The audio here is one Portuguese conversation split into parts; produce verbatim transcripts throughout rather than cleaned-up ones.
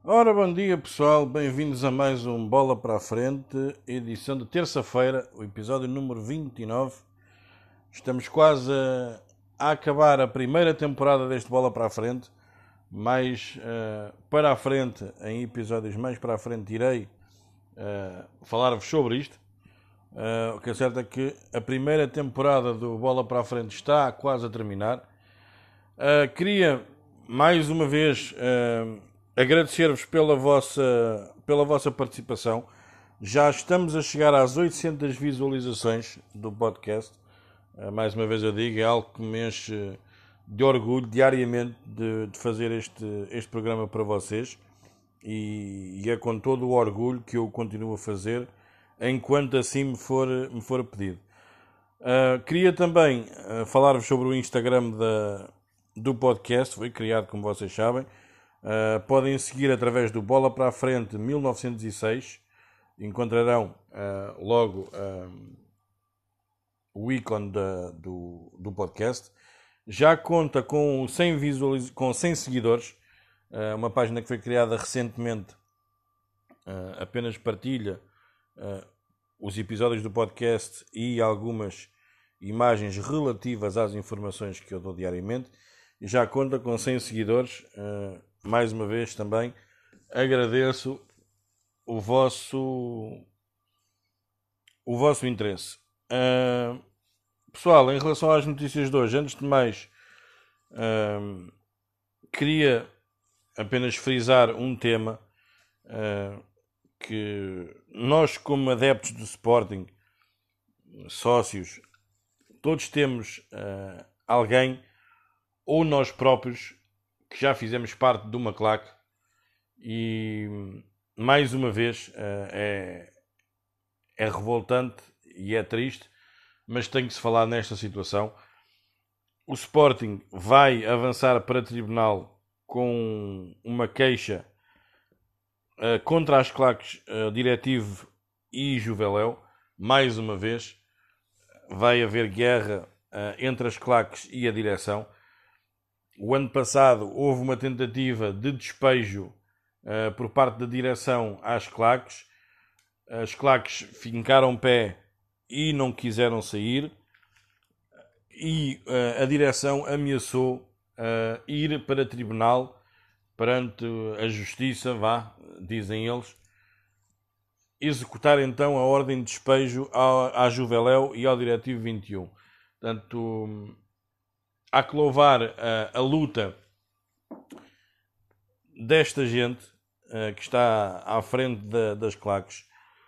Ora, bom dia pessoal, bem-vindos a mais um Bola para a Frente, edição de terça-feira, o episódio número vinte e nove. Estamos quase a, a acabar a primeira temporada deste Bola para a Frente, mais uh, para a frente, em episódios mais para a frente, irei uh, falar-vos sobre isto. Uh, o que é certo é que a primeira temporada do Bola para a Frente está quase a terminar. Uh, queria, mais uma vez, uh, agradecer-vos pela vossa, pela vossa participação. Já estamos a chegar às oitocentas visualizações do podcast. Uh, mais uma vez eu digo, é algo que me enche de orgulho diariamente de, de fazer este, este programa para vocês. E, e é com todo o orgulho que eu continuo a fazer, enquanto assim me for, me for pedido. Uh, queria também uh, falar-vos sobre o Instagram da, do podcast, foi criado como vocês sabem. Uh, podem seguir através do Bola para a Frente mil novecentos e seis, encontrarão uh, logo uh, o ícone da, do, do podcast. Já conta com cem, visualiz... com cem seguidores, uh, uma página que foi criada recentemente, uh, apenas partilha uh, os episódios do podcast e algumas imagens relativas às informações que eu dou diariamente. E já conta com cem seguidores. Uh, mais uma vez também agradeço o vosso o vosso interesse. Uh, pessoal, em relação às notícias de hoje, antes de mais, uh, queria apenas frisar um tema uh, que nós, como adeptos do Sporting, sócios, todos temos uh, alguém, ou nós próprios, que já fizemos parte de uma claque. E mais uma vez uh, é, é revoltante e é triste, mas tem que se falar nesta situação. O Sporting vai avançar para tribunal com uma queixa uh, contra as claques uh, Diretivo e Juveléu. Mais uma vez vai haver guerra uh, entre as claques e a direção. O ano passado houve uma tentativa de despejo uh, por parte da direção às claques. As claques fincaram pé e não quiseram sair. E uh, a direção ameaçou uh, ir para tribunal perante a justiça, vá, dizem eles, executar então a ordem de despejo à, à Juveléu e ao Diretivo vinte e um. Portanto, há que louvar a, a luta desta gente uh, que está à frente da, das claques.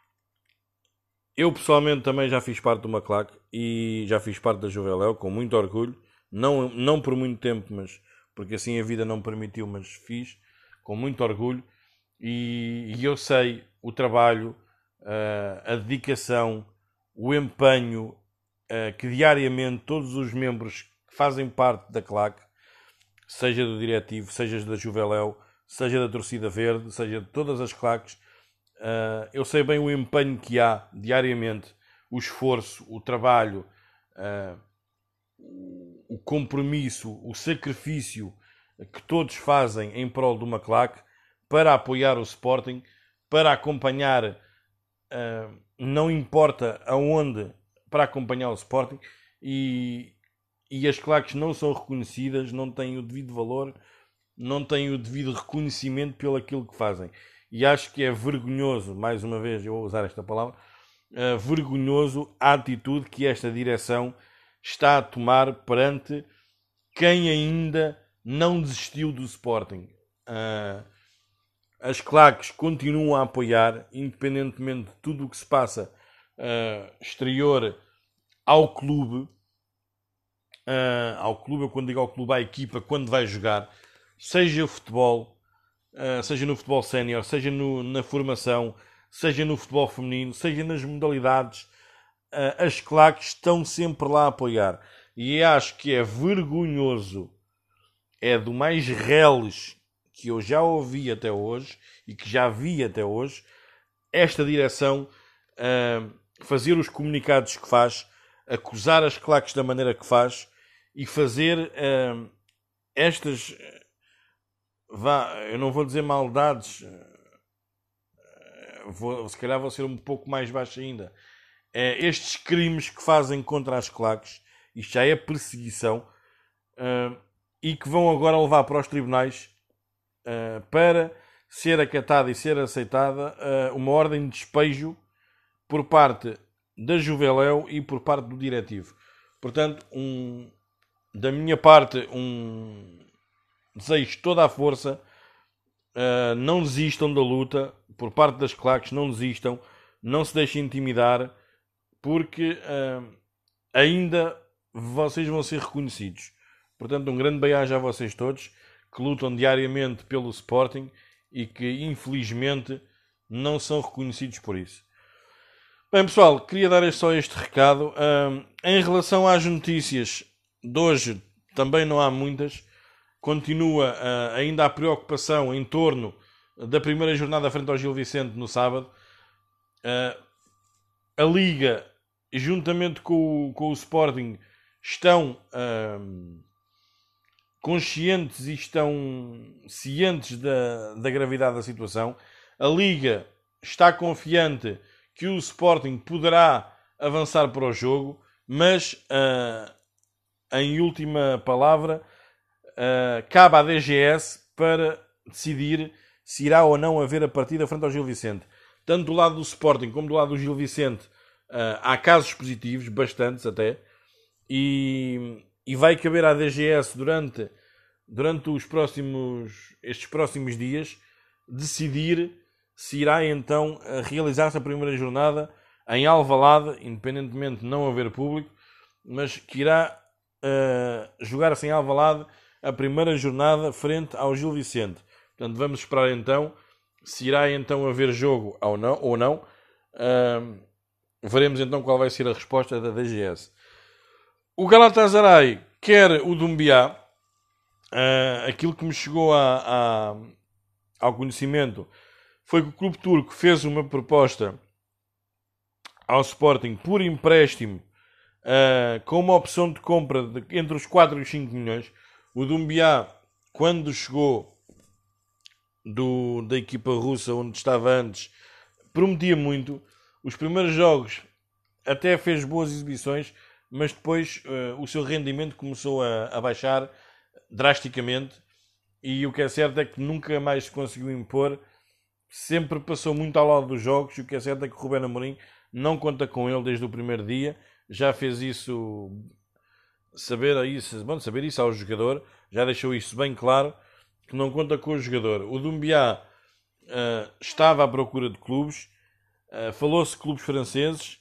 Eu pessoalmente também já fiz parte de uma claque e já fiz parte da Juveléu com muito orgulho. Não, não por muito tempo, mas porque assim a vida não permitiu, mas fiz com muito orgulho. E, e eu sei o trabalho, uh, a dedicação, o empenho uh, que diariamente todos os membros que fazem parte da claque, seja do diretivo, seja da Juveléu, seja da torcida verde, seja de todas as claques, uh, eu sei bem o empenho que há diariamente, o esforço, o trabalho, uh, o compromisso, o sacrifício que todos fazem em prol de uma claque para apoiar o Sporting, para acompanhar, uh, não importa aonde, para acompanhar o Sporting. E, e as claques não são reconhecidas, não têm o devido valor, não têm o devido reconhecimento pelo aquilo que fazem. E acho que é vergonhoso, mais uma vez eu vou usar esta palavra, uh, vergonhoso a atitude que esta direção está a tomar perante quem ainda não desistiu do Sporting. Uh, as claques continuam a apoiar, independentemente de tudo o que se passa uh, exterior ao clube. Uh, ao clube, eu quando digo ao clube, à equipa, quando vai jogar, seja o futebol, uh, seja no futebol sénior, seja no, na formação, seja no futebol feminino, seja nas modalidades, uh, as claques estão sempre lá a apoiar. E acho que é vergonhoso, é do mais reles que eu já ouvi até hoje e que já vi até hoje, esta direção uh, fazer os comunicados que faz, acusar as claques da maneira que faz e fazer uh, estas vá, eu não vou dizer maldades, vou, se calhar vou ser um pouco mais baixo ainda. É, estes crimes que fazem contra as claques, isto já é perseguição, uh, e que vão agora levar para os tribunais uh, para ser acatada e ser aceitada uh, uma ordem de despejo por parte da Juveléu e por parte do diretivo. Portanto, um, da minha parte, um desejo toda a força, uh, não desistam da luta, por parte das claques, não desistam, não se deixem intimidar, porque uh, ainda vocês vão ser reconhecidos. Portanto, um grande beijo a vocês todos, que lutam diariamente pelo Sporting e que, infelizmente, não são reconhecidos por isso. Bem, pessoal, queria dar só este recado. Uh, em relação às notícias de hoje, também não há muitas. Continua uh, ainda a preocupação em torno da primeira jornada frente ao Gil Vicente no sábado. Uh, a Liga, juntamente com o, com o Sporting, estão uh, conscientes e estão cientes da, da gravidade da situação. A Liga está confiante que o Sporting poderá avançar para o jogo, mas, uh, em última palavra, uh, cabe à D G S para decidir se irá ou não haver a partida frente ao Gil Vicente. Tanto do lado do Sporting como do lado do Gil Vicente, uh, há casos positivos, bastantes até, e, e vai caber à D G S durante, durante os próximos, estes próximos dias decidir se irá então realizar-se a primeira jornada em Alvalade, independentemente de não haver público, mas que irá uh, jogar-se em Alvalade a primeira jornada frente ao Gil Vicente. Portanto, vamos esperar então se irá então haver jogo ou não. Ou não. Uh, veremos então qual vai ser a resposta da D G S. O Galatasaray quer o Doumbia. Uh, aquilo que me chegou a, a, ao conhecimento foi que o clube turco fez uma proposta ao Sporting por empréstimo, uh, com uma opção de compra de, entre os quatro e os cinco milhões. O Doumbia, quando chegou do, da equipa russa onde estava antes, prometia muito. Os primeiros jogos até fez boas exibições, mas depois uh, o seu rendimento começou a, a baixar drasticamente, e o que é certo é que nunca mais se conseguiu impor. Sempre passou muito ao lado dos jogos, e o que é certo é que o Ruben Amorim não conta com ele desde o primeiro dia. Já fez isso, saber isso, bom, saber isso ao jogador, já deixou isso bem claro, que não conta com o jogador. O Doumbia uh, estava à procura de clubes, uh, falou-se de clubes franceses,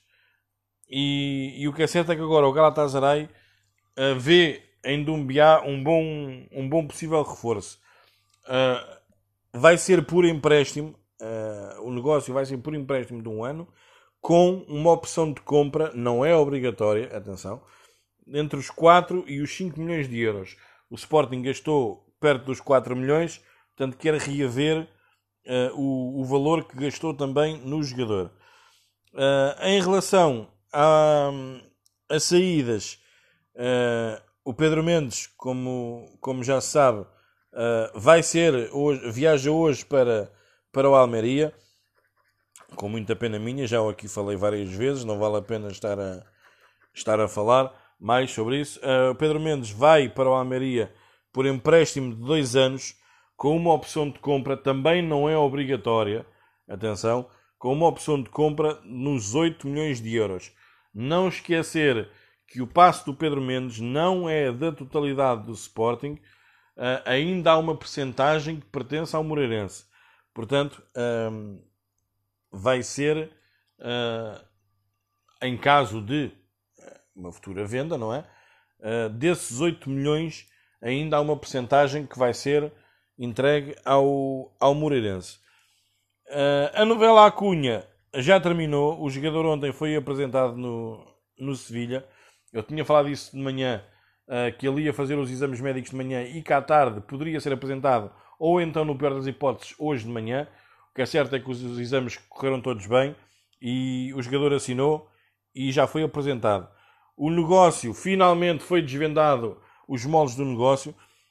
e, e o que é certo é que agora o Galatasaray uh, vê em Doumbia um bom, um bom possível reforço. Uh, vai ser por empréstimo, uh, o negócio vai ser por empréstimo de um ano, com uma opção de compra, não é obrigatória, atenção, entre os quatro e os cinco milhões de euros. O Sporting gastou perto dos quatro milhões, portanto quer reaver uh, o, o valor que gastou também no jogador. Uh, em relação a, a saídas, uh, o Pedro Mendes, como, como já se sabe, uh, vai ser hoje, viaja hoje para, para o Almeria, com muita pena minha, já aqui falei várias vezes, não vale a pena estar a, estar a falar mais sobre isso. Uh, o Pedro Mendes vai para o Almeria por empréstimo de dois anos, com uma opção de compra, também não é obrigatória, atenção, com uma opção de compra nos oito milhões de euros. Não esquecer que o passe do Pedro Mendes não é da totalidade do Sporting, uh, ainda há uma percentagem que pertence ao Moreirense. Portanto, um, vai ser, uh, em caso de uma futura venda, não é? Uh, desses oito milhões, ainda há uma percentagem que vai ser entregue ao, ao Moreirense. Uh, a novela Acunha já terminou. O jogador ontem foi apresentado no, no Sevilha. Eu tinha falado isso de manhã, uh, que ele ia fazer os exames médicos de manhã e que à tarde poderia ser apresentado, ou então, no pior das hipóteses, hoje de manhã. O que é certo é que os, os exames correram todos bem e o jogador assinou e já foi apresentado. O negócio, finalmente foi desvendado, os moldes do negócio.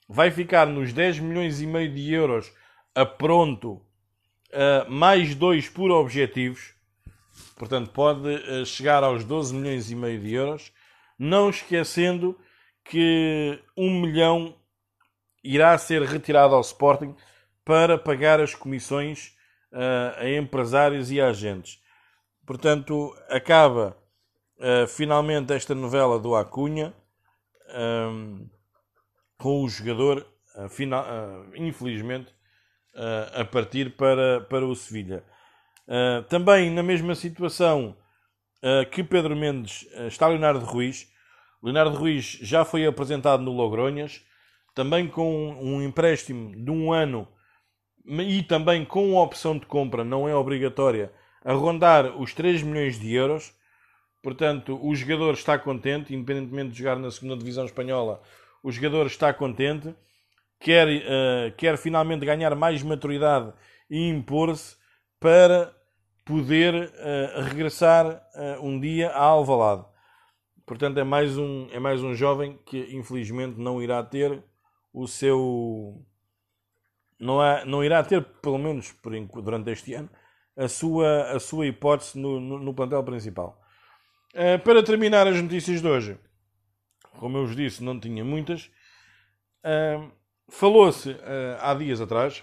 vai ficar nos dez milhões e meio de euros a pronto, uh, mais dois por objetivos. Portanto, pode uh, chegar aos doze milhões e meio de euros. Não esquecendo que um milhão irá ser retirado ao Sporting para pagar as comissões uh, a empresários e a agentes. Portanto, acaba uh, finalmente esta novela do Acunha, um, com o jogador, uh, final, uh, infelizmente, uh, a partir para, para o Sevilha. Uh, também na mesma situação uh, que Pedro Mendes, uh, está Leonardo Ruiz. Leonardo Ruiz já foi apresentado no Logronhas, também com um empréstimo de um ano e também com a opção de compra, não é obrigatória, a rondar os três milhões de euros. Portanto, o jogador está contente, independentemente de jogar na segunda divisão espanhola, o jogador está contente, quer, uh, quer finalmente ganhar mais maturidade e impor-se para poder uh, regressar uh, um dia a Alvalade. Portanto, é mais, um, é mais um jovem que infelizmente não irá ter o seu... Não, há, não irá ter, pelo menos por, durante este ano, a sua, a sua hipótese no, no, no plantel principal. Uh, para terminar as notícias de hoje, como eu vos disse, não tinha muitas. Uh, falou-se uh, há dias atrás,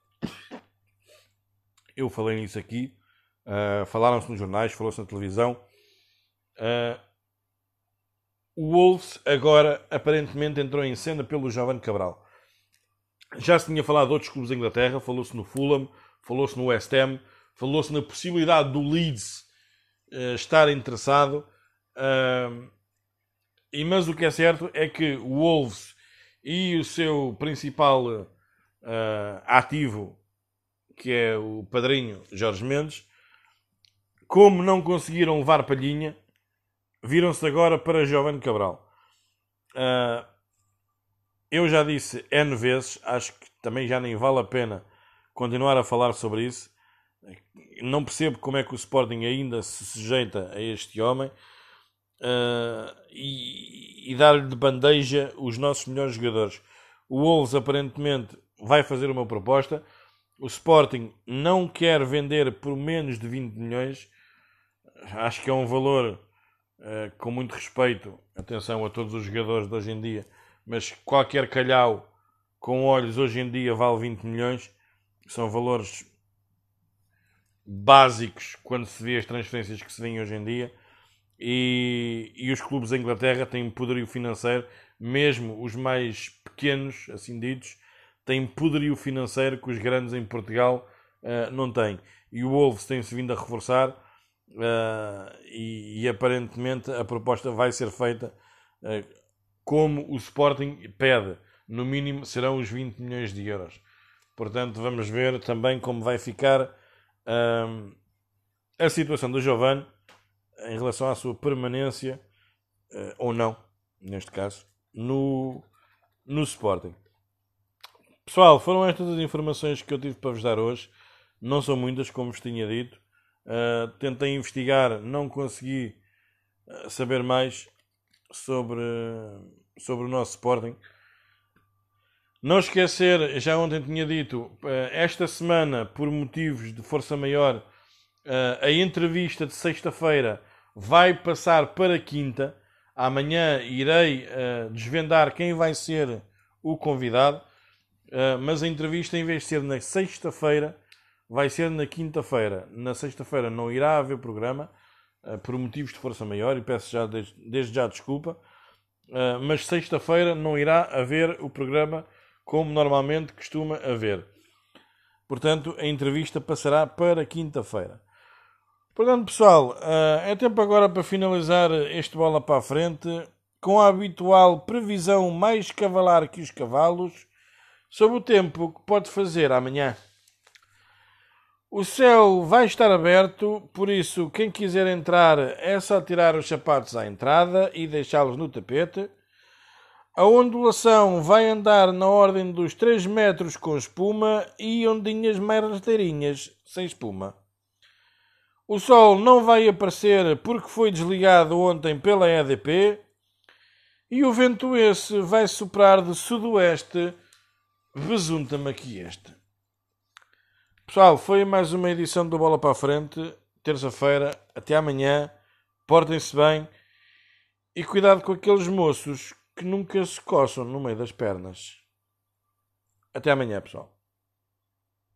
eu falei nisso aqui, uh, falaram-se nos jornais, falou-se na televisão. Uh, o Wolves agora aparentemente entrou em cena pelo Giovanni Cabral. Já se tinha falado de outros clubes da Inglaterra, falou-se no Fulham, falou-se no West Ham, falou-se na possibilidade do Leeds uh, estar interessado. Uh, e, mas o que é certo é que o Wolves e o seu principal uh, ativo, que é o padrinho Jorge Mendes, como não conseguiram levar palhinha, viram-se agora para Giovanni Cabral. Uh, eu já disse N vezes, acho que também já nem vale a pena continuar a falar sobre isso. Não percebo como é que o Sporting ainda se sujeita a este homem uh, e, e dar-lhe de bandeja os nossos melhores jogadores. O Wolves aparentemente vai fazer uma proposta. O Sporting não quer vender por menos de vinte milhões. Acho que é um valor, uh, com muito respeito, atenção a todos os jogadores de hoje em dia, mas qualquer calhau com olhos hoje em dia vale vinte milhões. São valores básicos quando se vê as transferências que se vêem hoje em dia. E, e os clubes da Inglaterra têm poderio financeiro, mesmo os mais pequenos, assim ditos, têm poderio financeiro que os grandes em Portugal uh, não têm. E o Wolves tem-se vindo a reforçar uh, e, e aparentemente a proposta vai ser feita uh, como o Sporting pede. No mínimo serão os vinte milhões de euros. Portanto, vamos ver também como vai ficar uh, a situação do Giovanni em relação à sua permanência, uh, ou não, neste caso, no, no Sporting. Pessoal, foram estas as informações que eu tive para vos dar hoje. Não são muitas, como vos tinha dito. Uh, tentei investigar, não consegui uh, saber mais sobre, sobre o nosso Sporting. Não esquecer, já ontem tinha dito, uh, esta semana, por motivos de força maior, uh, a entrevista de sexta-feira vai passar para quinta. Amanhã irei uh, desvendar quem vai ser o convidado. Uh, mas a entrevista, em vez de ser na sexta-feira, vai ser na quinta-feira. Na sexta-feira não irá haver programa, uh, por motivos de força maior, e peço já desde, desde já desculpa. Uh, mas sexta-feira não irá haver o programa como normalmente costuma haver. Portanto, a entrevista passará para quinta-feira. Portanto, pessoal, uh, é tempo agora para finalizar este bola para a frente com a habitual previsão mais cavalar que os cavalos sobre o tempo que pode fazer amanhã. O céu vai estar aberto, por isso quem quiser entrar é só tirar os sapatos à entrada e deixá-los no tapete. A ondulação vai andar na ordem dos três metros com espuma e ondinhas mais rasteirinhas sem espuma. O sol não vai aparecer porque foi desligado ontem pela E D P E o vento esse vai soprar de sudoeste, besunta-me aqui este. Pessoal, foi mais uma edição do Bola para a Frente, terça-feira, até amanhã, portem-se bem e cuidado com aqueles moços que nunca se coçam no meio das pernas. Até amanhã, pessoal.